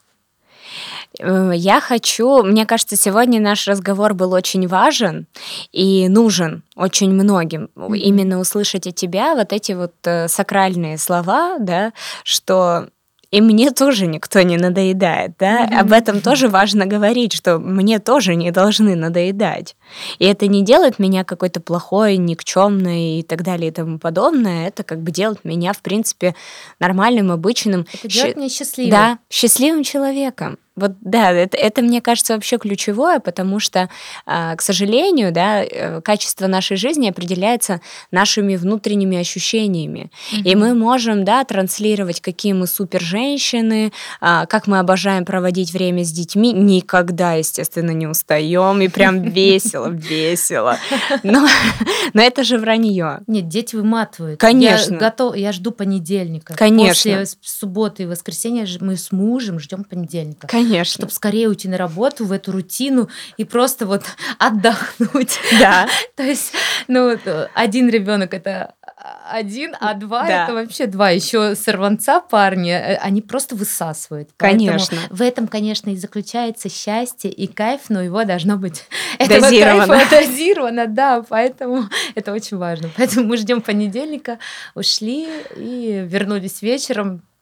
Мне кажется, сегодня наш разговор был очень важен и нужен очень многим. Именно услышать от тебя вот эти вот сакральные слова, да, что и мне тоже никто не надоедает, да? Об этом тоже важно говорить, что мне тоже не должны надоедать. И это не делает меня какой-то плохой, никчемной и так далее и тому подобное. Это как бы делает меня, в принципе, нормальным, обычным. Это делает меня счастливым. Да, счастливым человеком. Вот да, это, мне кажется, вообще ключевое, потому что, к сожалению, да, качество нашей жизни определяется нашими внутренними ощущениями. И мы можем, да, транслировать, какие мы супер женщины, как мы обожаем проводить время с детьми. Никогда, естественно, не устаем, и прям весело. Но это же вранье. Нет, дети выматывают. Конечно. Я жду понедельника. Конечно. После субботы и воскресенья мы с мужем ждем понедельника. Конечно. Чтобы скорее уйти на работу, в эту рутину и просто вот отдохнуть. Да. То есть, один ребенок это один, а два это вообще два. Еще сорванца парни, они просто высасывают. Конечно. Поэтому в этом, конечно, и заключается счастье и кайф, но его должно быть дозировано, да, поэтому это очень важно. Поэтому мы ждем понедельника, ушли и вернулись вечером.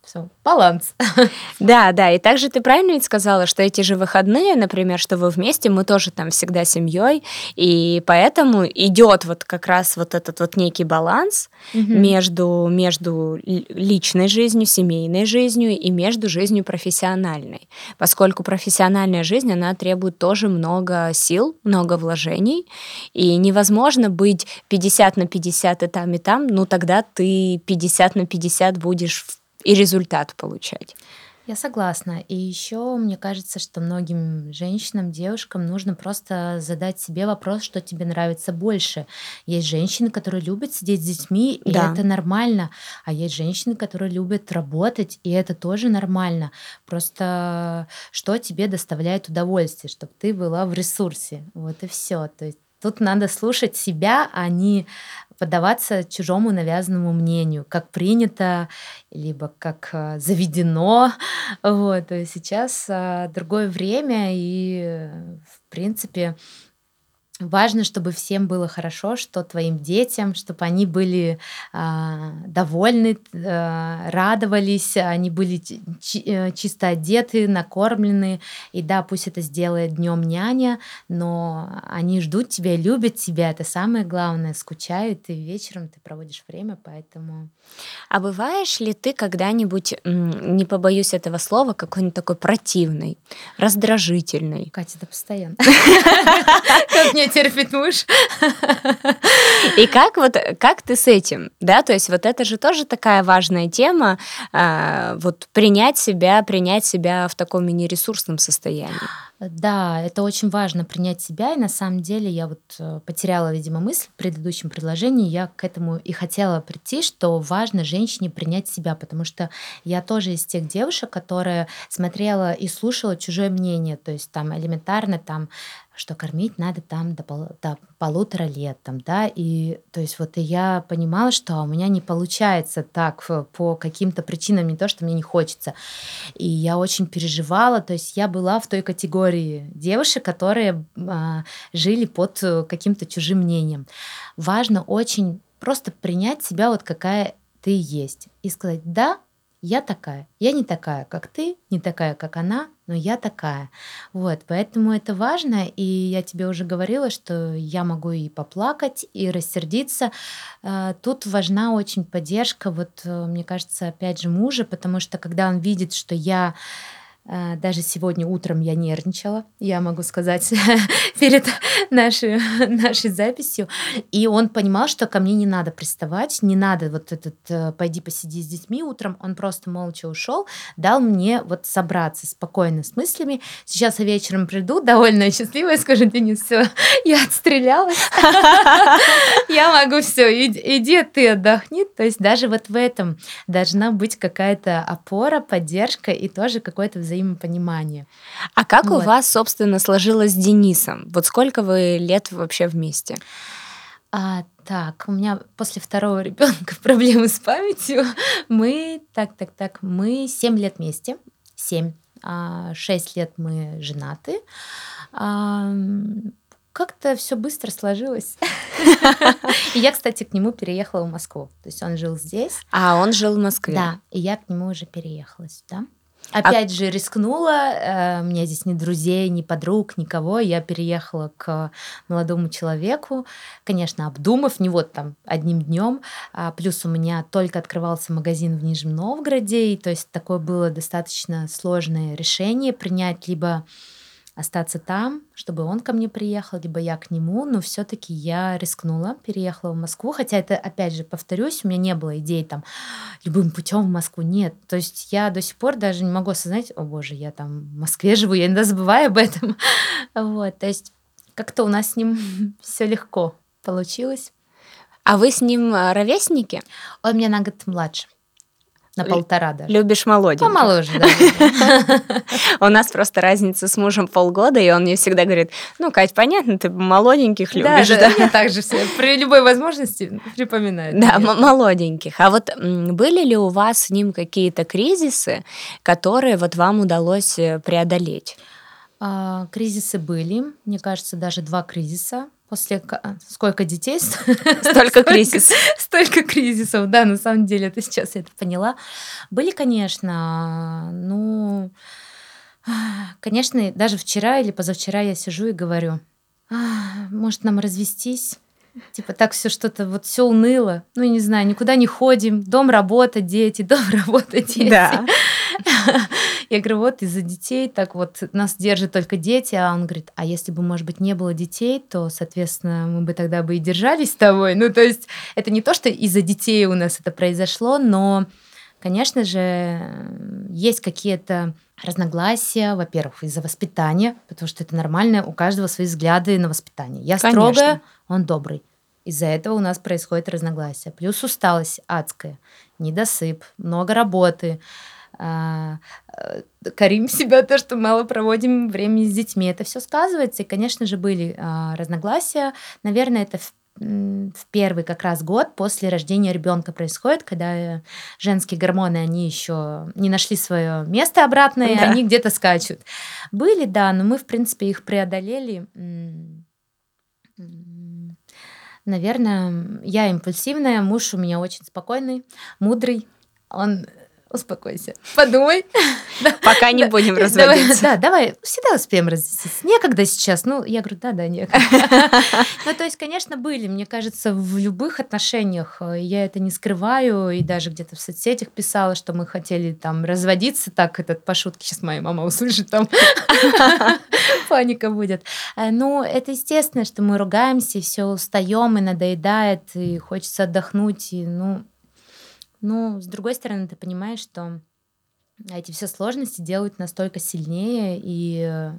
Все, баланс. Да, да, и также ты правильно ведь сказала, что эти же выходные, например, что вы вместе, мы тоже там всегда семьей, и поэтому идет вот как раз вот этот вот некий баланс Мгм. между личной жизнью, семейной жизнью и между жизнью профессиональной, поскольку профессиональная жизнь, она требует тоже много сил, много вложений, и невозможно быть 50 на 50 и там, ну тогда ты 50 на 50 будешь и результат получать. Я согласна. И еще мне кажется, что многим женщинам, девушкам нужно просто задать себе вопрос, что тебе нравится больше. Есть женщины, которые любят сидеть с детьми, и Да. это нормально. А есть женщины, которые любят работать, и это тоже нормально. Просто что тебе доставляет удовольствие, чтобы ты была в ресурсе. Вот и все. То есть тут надо слушать себя, а не поддаваться чужому навязанному мнению, как принято, либо как заведено. Вот, то есть сейчас другое время, и, в принципе, важно, чтобы всем было хорошо, что твоим детям, чтобы они были довольны, радовались, они были чисто одеты, накормлены. И да, пусть это сделает днем няня, но они ждут тебя, любят тебя. Это самое главное, скучают, и вечером ты проводишь время, поэтому... А бываешь ли ты когда-нибудь, не побоюсь этого слова, какой-нибудь такой противный, раздражительный? Катя, да постоянно. Как мне терпит муж. И как ты с этим, да, то есть вот это же тоже такая важная тема, вот принять себя в таком мини-ресурсном состоянии. Да, это очень важно принять себя, и на самом деле я вот потеряла, видимо, мысль в предыдущем предложении, я к этому и хотела прийти, что важно женщине принять себя, потому что я тоже из тех девушек, которая смотрела и слушала чужое мнение, то есть там элементарно там, что кормить надо там до 1,5 лет, там, да, и то есть вот и я понимала, что у меня не получается так по каким-то причинам, не то, что мне не хочется, и я очень переживала, то есть я была в той категории девушек, которые жили под каким-то чужим мнением. Важно очень просто принять себя вот какая ты есть и сказать: да, я такая, я не такая, как ты, не такая, как она, но я такая. Вот, поэтому это важно, и я тебе уже говорила, что я могу и поплакать, и рассердиться. Тут важна очень поддержка, вот мне кажется, опять же, мужа, потому что когда он видит, что я даже сегодня утром я нервничала, я могу сказать, перед нашей записью. И он понимал, что ко мне не надо приставать, не надо вот этот «пойди посиди с детьми утром». Он просто молча ушел, дал мне вот собраться спокойно с мыслями. Сейчас я вечером приду, довольно счастливая, скажу: Денис, все, я отстрелялась, я могу все, иди ты отдохни. То есть даже вот в этом должна быть какая-то опора, поддержка и тоже какое-то взаимопонимание. А как у Вот. вас, собственно, сложилось с Денисом? Вот сколько вы лет вообще вместе? Так, у меня после второго ребенка проблемы с памятью. Мы 7 лет вместе. 7. 6 лет мы женаты. Как-то все быстро сложилось. И я, кстати, к нему переехала в Москву. То есть он жил здесь. А он жил в Москве. Да, и я к нему уже переехала сюда. Опять же, рискнула, у меня здесь ни друзей, ни подруг, никого. Я переехала к молодому человеку, конечно, обдумав, не вот там одним днем. Плюс у меня только открывался магазин в Нижнем Новгороде, и то есть такое было достаточно сложное решение принять либо остаться там, чтобы он ко мне приехал, либо я к нему, но все-таки я рискнула, переехала в Москву, хотя это, опять же, повторюсь, у меня не было идей там любым путем в Москву, нет. То есть я до сих пор даже не могу осознать: о боже, я там в Москве живу, я иногда забываю об этом. Вот, то есть как-то у нас с ним все легко получилось. А вы с ним ровесники? Он меня на год младше. На 1,5 даже. Любишь молоденьких? Помоложе, да. У нас просто разница с мужем полгода, и он мне всегда говорит: ну, Кать, понятно, ты молоденьких любишь, да? Я так же все при любой возможности припоминаю. Да, молоденьких. А вот были ли у вас с ним какие-то кризисы, которые вот вам удалось преодолеть? Кризисы были, мне кажется, даже 2 кризиса. После сколько детей, столько кризисов. Столько кризисов, да, на самом деле, это сейчас я это поняла. Были, конечно, ну, конечно, даже вчера или позавчера я сижу и говорю, может, нам развестись? Типа так все что-то, вот все уныло. Ну, я не знаю, никуда не ходим. Дом, работа, дети, дом, работа, дети. Да. Я говорю, вот из-за детей так вот нас держат только дети. А он говорит, а если бы, может быть, не было детей, то, соответственно, мы бы тогда бы и держались с тобой. Ну, то есть это не то, что из-за детей у нас это произошло, но, конечно же, есть какие-то разногласия, во-первых, из-за воспитания, потому что это нормально, у каждого свои взгляды на воспитание. Я строгая, он добрый. Из-за этого у нас происходит разногласия. Плюс усталость адская, недосып, много работы. Корим себя то, что мало проводим времени с детьми. Это все сказывается. И, конечно же, были разногласия. Наверное, это в первый как раз год после рождения ребенка происходит, когда женские гормоны, они еще не нашли свое место обратно, и они где-то скачут. Были, да, но мы, в принципе, их преодолели. Наверное, я импульсивная, муж у меня очень спокойный, мудрый. Он... Успокойся, подумай. Пока не будем разводиться. Да, давай, всегда успеем развестись. Некогда сейчас. Ну, я говорю, да, некогда. Ну, то есть, конечно, были, мне кажется, в любых отношениях. Я это не скрываю, и даже где-то в соцсетях писала, что мы хотели там разводиться. Так, это по шутке, сейчас моя мама услышит, там паника будет. Ну, это естественно, что мы ругаемся, и все устаем, и надоедает, и хочется отдохнуть, и, ну, с другой стороны, ты понимаешь, что эти все сложности делают настолько сильнее, и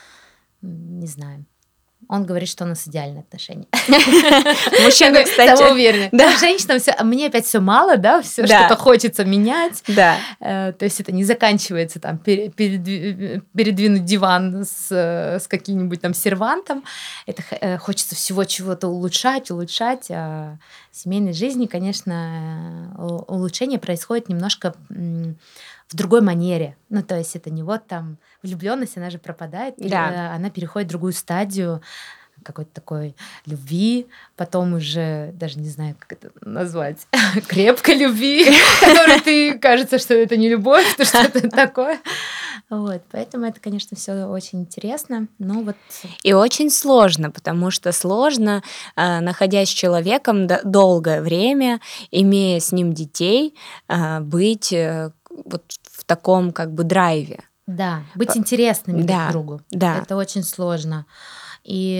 не знаю. Он говорит, что у нас идеальные отношения. Мужчина, кстати. Самоуверенный. Да, женщинам все, мне опять все мало, да, все что-то хочется менять. Да. То есть это не заканчивается там передвинуть диван с каким-нибудь там сервантом. Это хочется всего чего-то улучшать. А в семейной жизни, конечно, улучшение происходит немножко в другой манере. Ну, то есть это не вот там влюбленность, она же пропадает, она переходит в другую стадию какой-то такой любви, потом уже, даже не знаю, как это назвать, крепкой любви, которой ты, кажется, что это не любовь, что что-то такое. Вот, поэтому это, конечно, все очень интересно. Но вот... И очень сложно, потому что сложно, находясь с человеком долгое время, имея с ним детей, быть вот в таком как бы драйве. Да, быть интересными друг другу. Да. Это очень сложно. И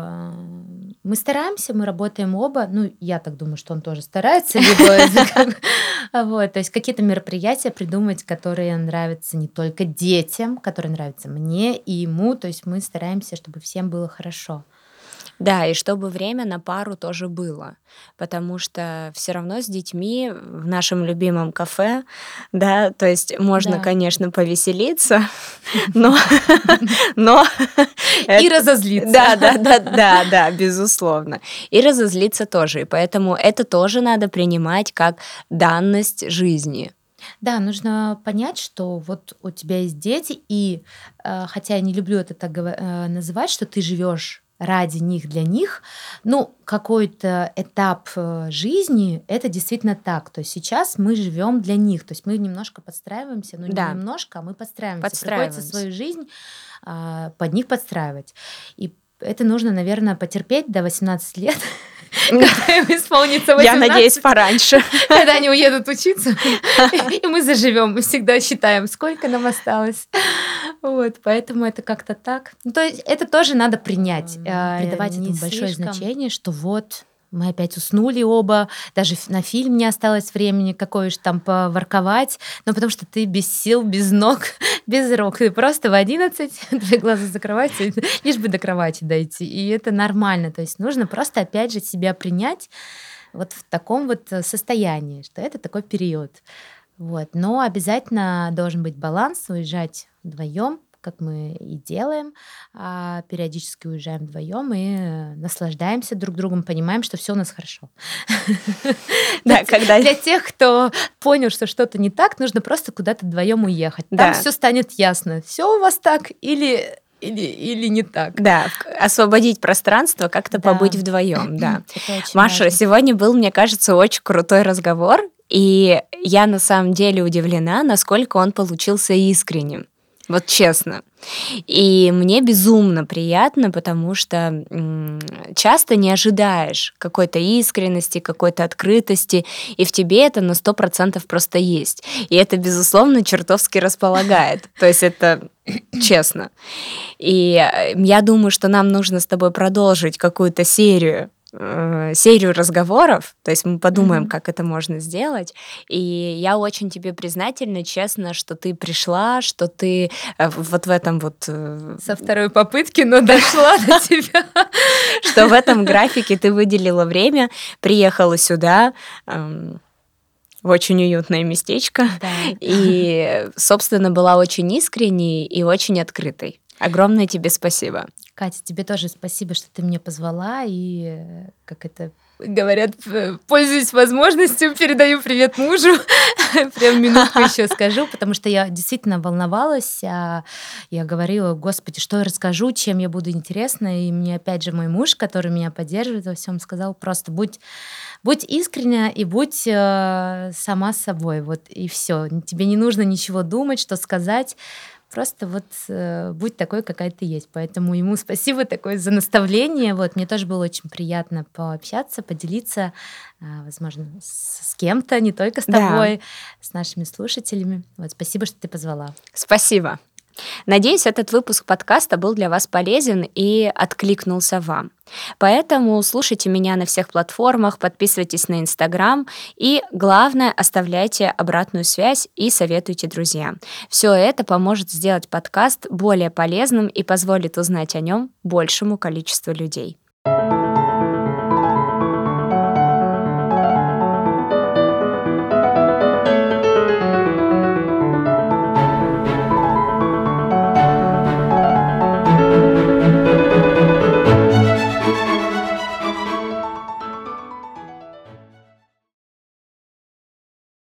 мы стараемся, мы работаем оба. Ну, я так думаю, что он тоже старается. Вот, то есть какие-то мероприятия придумать, которые нравятся не только детям, которые нравятся мне и ему. То есть мы стараемся, чтобы всем было хорошо. Да, и чтобы время на пару тоже было, потому что все равно с детьми в нашем любимом кафе, да, то есть можно, конечно, повеселиться, но... И разозлиться. Да, безусловно. И разозлиться тоже, и поэтому это тоже надо принимать как данность жизни. Да, нужно понять, что вот у тебя есть дети, и хотя я не люблю это так называть, что ты живешь ради них, для них, ну, какой-то этап жизни, это действительно так. То есть сейчас мы живем для них, то есть мы немножко подстраиваемся, ну, не немножко, а мы подстраиваемся. Приходится свою жизнь под них подстраивать. И это нужно, наверное, потерпеть до 18 лет, когда им исполнится 18. Я надеюсь, пораньше. Когда они уедут учиться, и мы заживем. Мы всегда считаем, сколько нам осталось. Вот, поэтому это как-то так. Ну, то есть это тоже надо принять. Придавать этому большое значение, что вот мы опять уснули оба, даже на фильм не осталось времени, какое уж там поворковать, но потому что ты без сил, без ног, без рук. Ты просто в 11, твои глаза закрываются, лишь бы до кровати дойти. И это нормально. То есть нужно просто опять же себя принять вот в таком вот состоянии, что это такой период. Вот. Но обязательно должен быть баланс, уезжать вдвоем, как мы и делаем, периодически уезжаем вдвоем и наслаждаемся друг другом, понимаем, что все у нас хорошо. Да, когда... Для тех, кто понял, что что-то не так, нужно просто куда-то вдвоем уехать. Там все станет ясно. Все у вас так или или не так. Да, освободить пространство, как-то Да. побыть вдвоем, да. Это очень Маша, важно. сегодня был, мне кажется, очень крутой разговор, и я на самом деле удивлена, насколько он получился искренним. Вот честно. И мне безумно приятно, потому что часто не ожидаешь какой-то искренности, какой-то открытости, и в тебе это на 100% просто есть. И это, безусловно, чертовски располагает. То есть это честно. И я думаю, что нам нужно с тобой продолжить какую-то серию разговоров, то есть мы подумаем, как это можно сделать. И я очень тебе признательна, честно, что ты пришла, что ты вот в этом вот... Со второй попытки, но дошла до тебя. Что в этом графике ты выделила время, приехала сюда, в очень уютное местечко, и, собственно, была очень искренней и очень открытой. Огромное тебе спасибо. Катя, тебе тоже спасибо, что ты меня позвала, и, как это говорят, пользуюсь возможностью, передаю привет мужу. Прям минутку еще скажу, потому что я действительно волновалась. Я говорила, господи, что я расскажу, чем я буду интересна. И мне опять же мой муж, который меня поддерживает во всем, сказал просто будь искренна и будь сама собой. Вот и все. Тебе не нужно ничего думать, что сказать. Просто вот будь такой, какая ты есть. Поэтому ему спасибо такое за наставление. Вот, мне тоже было очень приятно пообщаться, поделиться, возможно, с кем-то, не только с тобой, с нашими слушателями. Вот, спасибо, что ты позвала. Спасибо. Надеюсь, этот выпуск подкаста был для вас полезен и откликнулся вам. Поэтому слушайте меня на всех платформах, подписывайтесь на Инстаграм и, главное, оставляйте обратную связь и советуйте друзьям. Все это поможет сделать подкаст более полезным и позволит узнать о нем большему количеству людей.